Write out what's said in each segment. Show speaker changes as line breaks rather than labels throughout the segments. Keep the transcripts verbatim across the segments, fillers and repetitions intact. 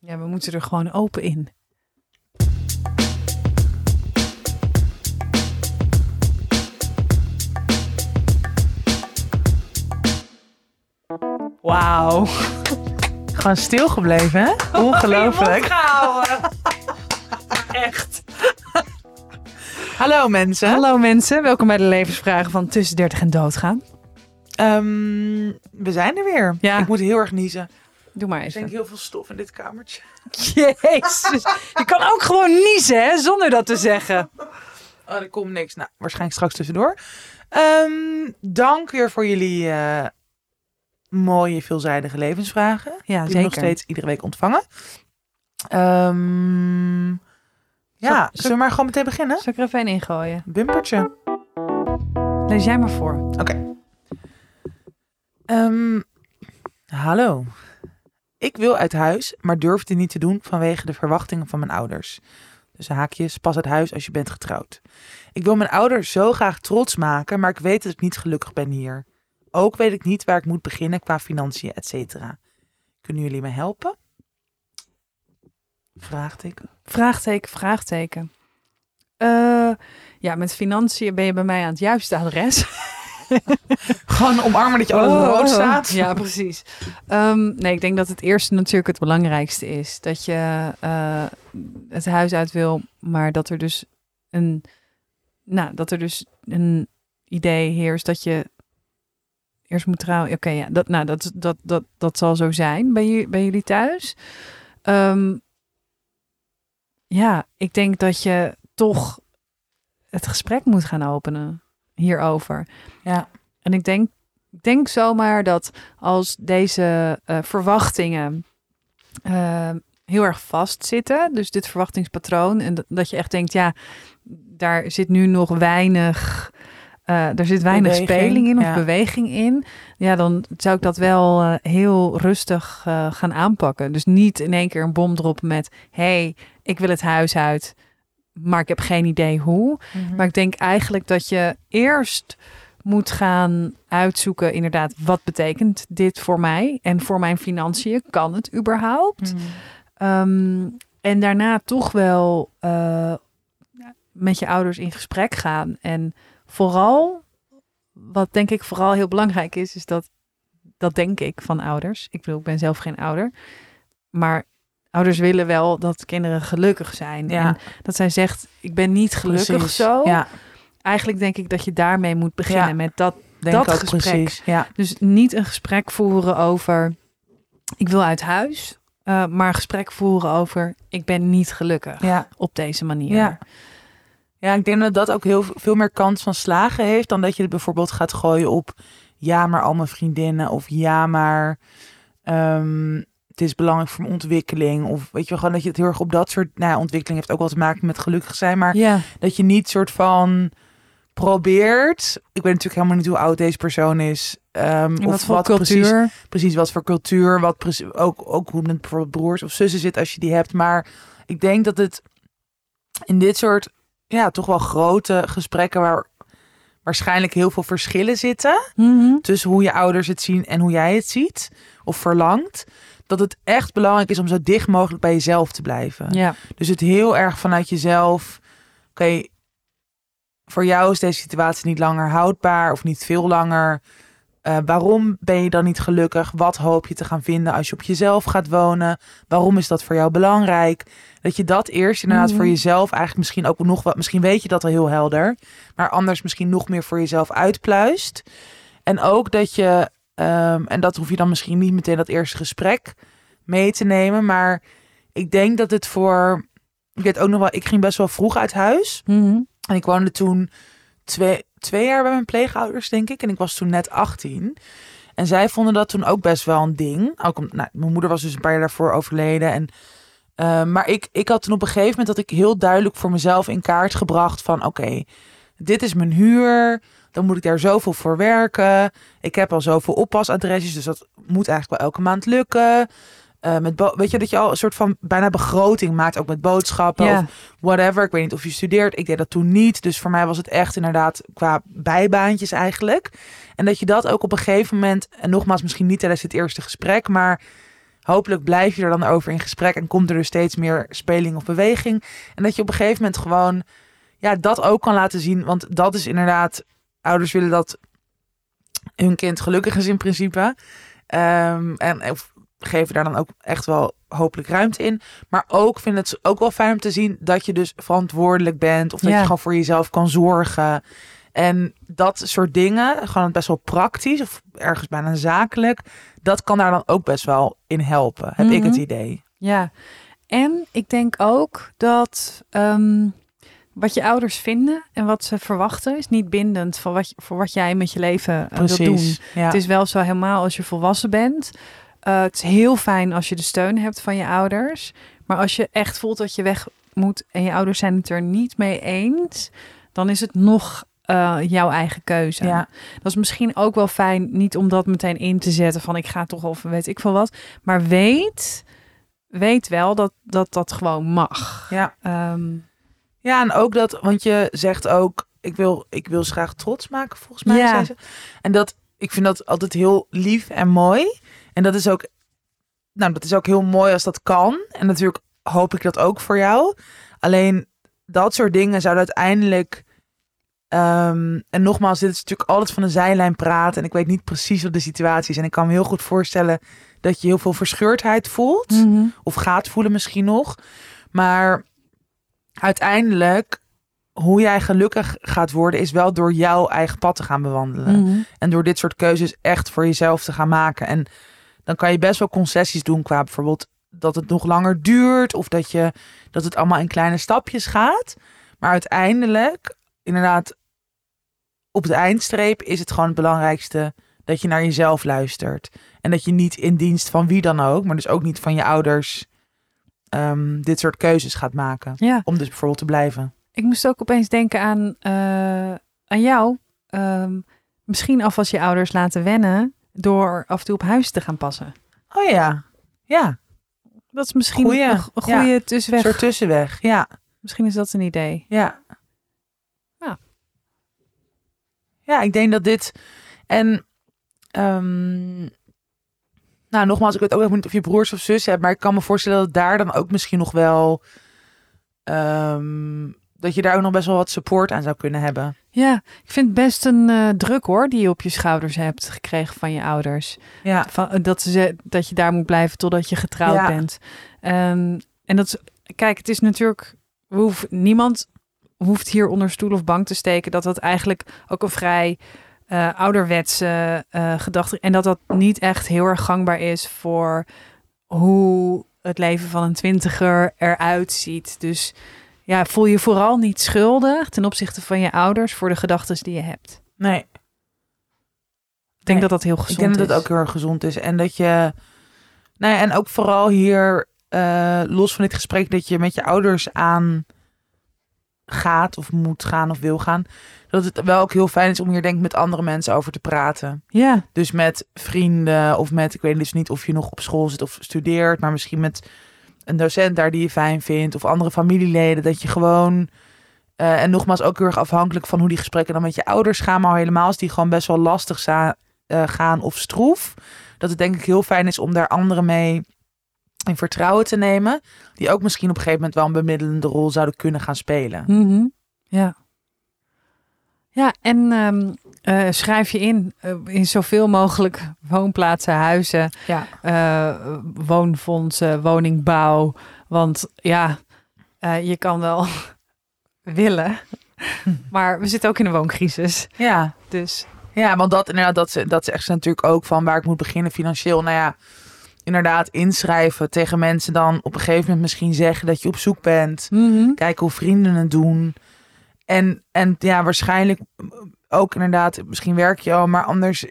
Ja, we moeten er gewoon open in. Wauw.
Gewoon stilgebleven, hè? Ongelooflijk.
Echt.
Hallo mensen.
Hallo mensen, welkom bij de levensvragen van Tussen dertig en Doodgaan.
Um, we zijn er weer.
Ja.
Ik moet heel erg niezen.
Doe maar
Er
even.
denk heel veel stof in dit kamertje.
Jezus. Je kan ook gewoon niezen, hè, zonder dat te zeggen.
Oh, er komt niks. Nou, waarschijnlijk straks tussendoor. Um, dank weer voor jullie uh, mooie, veelzijdige levensvragen.
Ja,
die
zeker.
we nog steeds iedere week ontvangen. Um, ja,
Zal-
zullen we maar gewoon meteen beginnen?
Zal ik er even een ingooien?
Bumpertje.
Lees jij maar voor.
Oké. Okay. Um, hallo. Ik wil uit huis, maar durf het niet te doen vanwege de verwachtingen van mijn ouders. Dus haakjes, pas uit huis als je bent getrouwd. Ik wil mijn ouders zo graag trots maken, maar ik weet dat ik niet gelukkig ben hier. Ook weet ik niet waar ik moet beginnen qua financiën, et cetera. Kunnen jullie me helpen? Vraagteken.
Vraagteken, vraagteken. Uh, ja, met financiën ben je bij mij aan het juiste adres.
Gewoon omarmen dat je alles
oh,
rood staat.
Ja, precies. Um, nee, ik denk dat het eerste natuurlijk het belangrijkste is. Dat je uh, het huis uit wil, maar dat er dus een, nou, dat er dus een idee heerst dat je eerst moet trouwen. Oké, okay, ja, dat, nou, dat, dat, dat, dat zal zo zijn bij, j- bij jullie thuis. Um, ja, ik denk dat je toch het gesprek moet gaan openen hierover.
Ja.
En ik denk, ik denk zomaar dat als deze uh, verwachtingen uh, heel erg vastzitten, dus dit verwachtingspatroon, en dat, dat je echt denkt, ja, daar zit nu nog weinig, uh, er zit weinig
beweging,
speling in of
ja.
beweging in, ja, dan zou ik dat wel uh, heel rustig uh, gaan aanpakken. Dus niet in één keer een bom droppen met, hey, ik wil het huis uit, maar ik heb geen idee hoe.
Mm-hmm.
Maar ik denk eigenlijk dat je eerst moet gaan uitzoeken, inderdaad, wat betekent dit voor mij? En voor mijn financiën, kan het überhaupt?
Mm.
Um, en daarna toch wel uh, met je ouders in gesprek gaan. En vooral, wat denk ik vooral heel belangrijk is, is dat, dat denk ik van ouders. Ik bedoel, ik ben zelf geen ouder. Maar ouders willen wel dat kinderen gelukkig zijn.
Ja.
En dat zij zegt, ik ben niet gelukkig
Precies.
zo.
Ja.
Eigenlijk denk ik dat je daarmee moet beginnen
Ja.
met dat,
Denk
dat
ook
gesprek.
Precies. Ja.
Dus niet een gesprek voeren over, ik wil uit huis. Uh, maar een gesprek voeren over, ik ben niet gelukkig
Ja.
op deze manier.
Ja. Ja, ik denk dat dat ook heel veel meer kans van slagen heeft dan dat je het bijvoorbeeld gaat gooien op ja, maar al mijn vriendinnen of ja, maar um, het is belangrijk voor mijn ontwikkeling. Of weet je wel, gewoon dat je het heel erg op dat soort, nou ja, ontwikkeling heeft ook wel te maken met gelukkig zijn, maar
Ja.
dat je niet soort van probeert. Ik weet natuurlijk helemaal niet hoe oud deze persoon is. Um,
En
of
wat voor
wat
cultuur.
Precies, precies wat voor cultuur, wat precies, ook, ook hoe het met bijvoorbeeld broers of zussen zit als je die hebt. Maar ik denk dat het in dit soort, ja, toch wel grote gesprekken waar waarschijnlijk heel veel verschillen zitten
Mm-hmm.
tussen hoe je ouders het zien en hoe jij het ziet of verlangt, dat het echt belangrijk is om zo dicht mogelijk bij jezelf te blijven.
Ja.
Dus het heel erg vanuit jezelf, oké, okay, voor jou is deze situatie niet langer houdbaar of niet veel langer. Uh, waarom ben je dan niet gelukkig? Wat hoop je te gaan vinden als je op jezelf gaat wonen? Waarom is dat voor jou belangrijk? Dat je dat eerst inderdaad mm-hmm. voor jezelf eigenlijk misschien ook nog wat, misschien weet je dat al heel helder, maar anders misschien nog meer voor jezelf uitpluist. En ook dat je, um, en dat hoef je dan misschien niet meteen dat eerste gesprek mee te nemen, maar ik denk dat het voor, ik weet ook nog wel, ik ging best wel vroeg uit huis.
Mm-hmm.
En ik woonde toen twee, twee jaar bij mijn pleegouders, denk ik. En ik was toen net achttien. En zij vonden dat toen ook best wel een ding. Ook om, nou, mijn moeder was dus een paar jaar daarvoor overleden. En, uh, maar ik, ik had toen op een gegeven moment dat ik heel duidelijk voor mezelf in kaart gebracht van oké, okay, dit is mijn huur. Dan moet ik daar zoveel voor werken. Ik heb al zoveel oppasadresjes, dus dat moet eigenlijk wel elke maand lukken. Uh, met bo- weet je, dat je al een soort van bijna begroting maakt, ook met boodschappen
Ja.
of whatever. Ik weet niet of je studeert. Ik deed dat toen niet. Dus voor mij was het echt inderdaad qua bijbaantjes eigenlijk. En dat je dat ook op een gegeven moment, en nogmaals misschien niet tijdens het eerste gesprek, maar hopelijk blijf je er dan over in gesprek en komt er dus steeds meer speling of beweging. En dat je op een gegeven moment gewoon ja, dat ook kan laten zien. Want dat is inderdaad, ouders willen dat hun kind gelukkig is in principe. Um, en of geven daar dan ook echt wel hopelijk ruimte in. Maar ook vind het ook wel fijn om te zien dat je dus verantwoordelijk bent. Of dat
Ja.
je gewoon voor jezelf kan zorgen. En dat soort dingen, gewoon best wel praktisch of ergens bijna zakelijk. Dat kan daar dan ook best wel in helpen, heb
Mhm.
ik het idee.
Ja, en ik denk ook dat um, wat je ouders vinden en wat ze verwachten is niet bindend voor wat, je, voor wat jij met je leven uh, wilt doen.
Ja.
Het is wel zo helemaal als je volwassen bent. Uh, het is heel fijn als je de steun hebt van je ouders. Maar als je echt voelt dat je weg moet en je ouders zijn het er niet mee eens, dan is het nog uh, jouw eigen keuze.
Ja.
Dat is misschien ook wel fijn, niet om dat meteen in te zetten van ik ga toch of weet ik veel wat. Maar weet, weet wel dat dat, dat gewoon mag.
Ja.
Um,
Ja, en ook dat, want je zegt ook, ik wil, ik wil ze graag trots maken, volgens mij.
Ja.
Zei ze. En dat, ik vind dat altijd heel lief en mooi. En dat is ook, nou, dat is ook heel mooi als dat kan. En natuurlijk hoop ik dat ook voor jou. Alleen dat soort dingen zouden uiteindelijk, um, en nogmaals, dit is natuurlijk altijd van de zijlijn praten. En ik weet niet precies wat de situatie is. En ik kan me heel goed voorstellen dat je heel veel verscheurdheid voelt.
mm-hmm.
Of gaat voelen misschien nog. Maar uiteindelijk, hoe jij gelukkig gaat worden, is wel door jouw eigen pad te gaan bewandelen.
Mm-hmm.
En door dit soort keuzes echt voor jezelf te gaan maken. En dan kan je best wel concessies doen qua bijvoorbeeld dat het nog langer duurt. Of dat, je, dat het allemaal in kleine stapjes gaat. Maar uiteindelijk, inderdaad, op de eindstreep is het gewoon het belangrijkste dat je naar jezelf luistert. En dat je niet in dienst van wie dan ook, maar dus ook niet van je ouders, Um, dit soort keuzes gaat maken.
Ja.
Om dus bijvoorbeeld te blijven.
Ik moest ook opeens denken aan, uh, aan jou. Um, misschien alvast je ouders laten wennen door af en toe op huis te gaan passen.
Oh ja, ja.
Dat is misschien
Goeie.
een goede
Ja.
tussenweg.
Een soort tussenweg, ja.
Misschien is dat een idee.
Ja.
Ja.
Ja, ik denk dat dit... En... Um, nou, nogmaals, ik weet ook nog niet of je broers of zussen hebt, maar ik kan me voorstellen dat daar dan ook misschien nog wel... Um, dat je daar ook nog best wel wat support aan zou kunnen hebben.
Ja, ik vind het best een uh, druk hoor, die je op je schouders hebt gekregen van je ouders.
Ja.
Van, dat, ze, dat je daar moet blijven totdat je getrouwd
ja.
bent. Um, en dat is, kijk, het is natuurlijk, we hoeven, niemand hoeft hier onder stoel of bank te steken dat dat eigenlijk ook een vrij uh, ouderwetse uh, gedachte, en dat dat niet echt heel erg gangbaar is voor hoe het leven van een twintiger eruit ziet. Dus ja, voel je vooral niet schuldig ten opzichte van je ouders voor de gedachten die je hebt.
Nee.
Ik denk
nee.
dat dat heel gezond is.
Ik denk dat het ook heel erg gezond is. En dat je... Nou ja, en ook vooral hier, uh, los van dit gesprek, dat je met je ouders aan gaat of moet gaan of wil gaan. Dat het wel ook heel fijn is om hier denk ik met andere mensen over te praten.
Ja.
Dus met vrienden of met, ik weet dus niet of je nog op school zit of studeert, maar misschien met een docent daar die je fijn vindt of andere familieleden. Dat je gewoon, uh, en nogmaals ook heel erg afhankelijk van hoe die gesprekken dan met je ouders gaan, maar helemaal als die gewoon best wel lastig za- uh, gaan of stroef. Dat het denk ik heel fijn is om daar anderen mee in vertrouwen te nemen. Die ook misschien op een gegeven moment wel een bemiddelende rol zouden kunnen gaan spelen.
Mm-hmm. Ja. Ja, en um, uh, schrijf je in uh, in zoveel mogelijk woonplaatsen, huizen,
Ja.
uh, woonfondsen, woningbouw. Want ja, uh, je kan wel willen, maar we zitten ook in een wooncrisis.
Ja.
Dus
Ja, want dat inderdaad, dat, dat is echt natuurlijk ook van waar ik moet beginnen financieel. Nou ja, inderdaad inschrijven tegen mensen dan op een gegeven moment misschien zeggen dat je op zoek bent.
mm-hmm.
Kijken hoe vrienden het doen. En, en ja, waarschijnlijk ook inderdaad, misschien werk je al, maar anders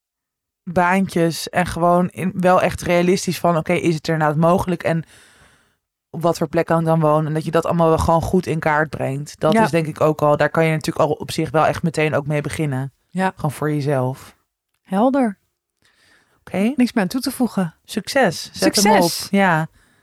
baantjes en gewoon in, wel echt realistisch van, oké, okay, is het er inderdaad mogelijk en op wat voor plek kan ik dan wonen? En dat je dat allemaal wel gewoon goed in kaart brengt. Dat
Ja.
is denk ik ook al, daar kan je natuurlijk al op zich wel echt meteen ook mee beginnen.
Ja.
Gewoon voor jezelf.
Helder.
Oké. Okay.
Niks meer aan toe te voegen.
Succes. Zet
Succes.
hem op. Ja.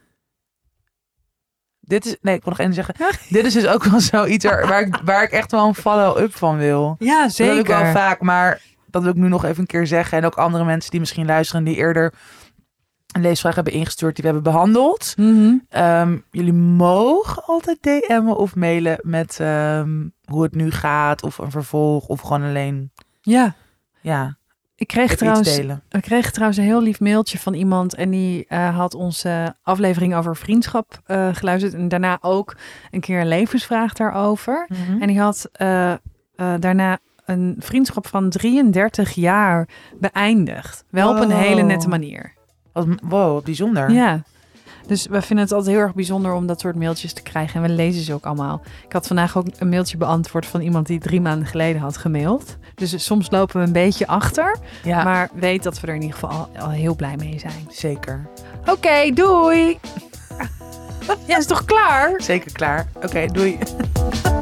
Dit is, nee, ik wil nog één zeggen. Ja. Dit is dus ook wel zoiets waar, waar, ik, waar ik echt wel een follow-up van wil.
Ja, zeker.
Dat doe ik wel vaak, maar dat wil ik nu nog even een keer zeggen. En ook andere mensen die misschien luisteren die eerder een leesvraag hebben ingestuurd die we hebben behandeld.
Mm-hmm.
Um, jullie mogen altijd D M'en of mailen met um, hoe het nu gaat of een vervolg of gewoon alleen...
Ja.
Ja.
Ik kreeg,
Even
trouwens,
iets delen.
ik kreeg trouwens een heel lief mailtje van iemand en die uh, had onze aflevering over vriendschap uh, geluisterd en daarna ook een keer een levensvraag daarover.
Mm-hmm.
En die had uh, uh, daarna een vriendschap van drieëndertig jaar beëindigd. Wel
wow.
op een hele nette manier.
Wat, wow, wat bijzonder.
Ja. Dus we vinden het altijd heel erg bijzonder om dat soort mailtjes te krijgen. En we lezen ze ook allemaal. Ik had vandaag ook een mailtje beantwoord van iemand die drie maanden geleden had gemaild. Dus soms lopen we een beetje achter.
Ja.
Maar weet dat we er in ieder geval al, al heel blij mee zijn.
Zeker.
Oké, okay, doei! Ja, is toch klaar?
Zeker klaar. Oké, okay, doei.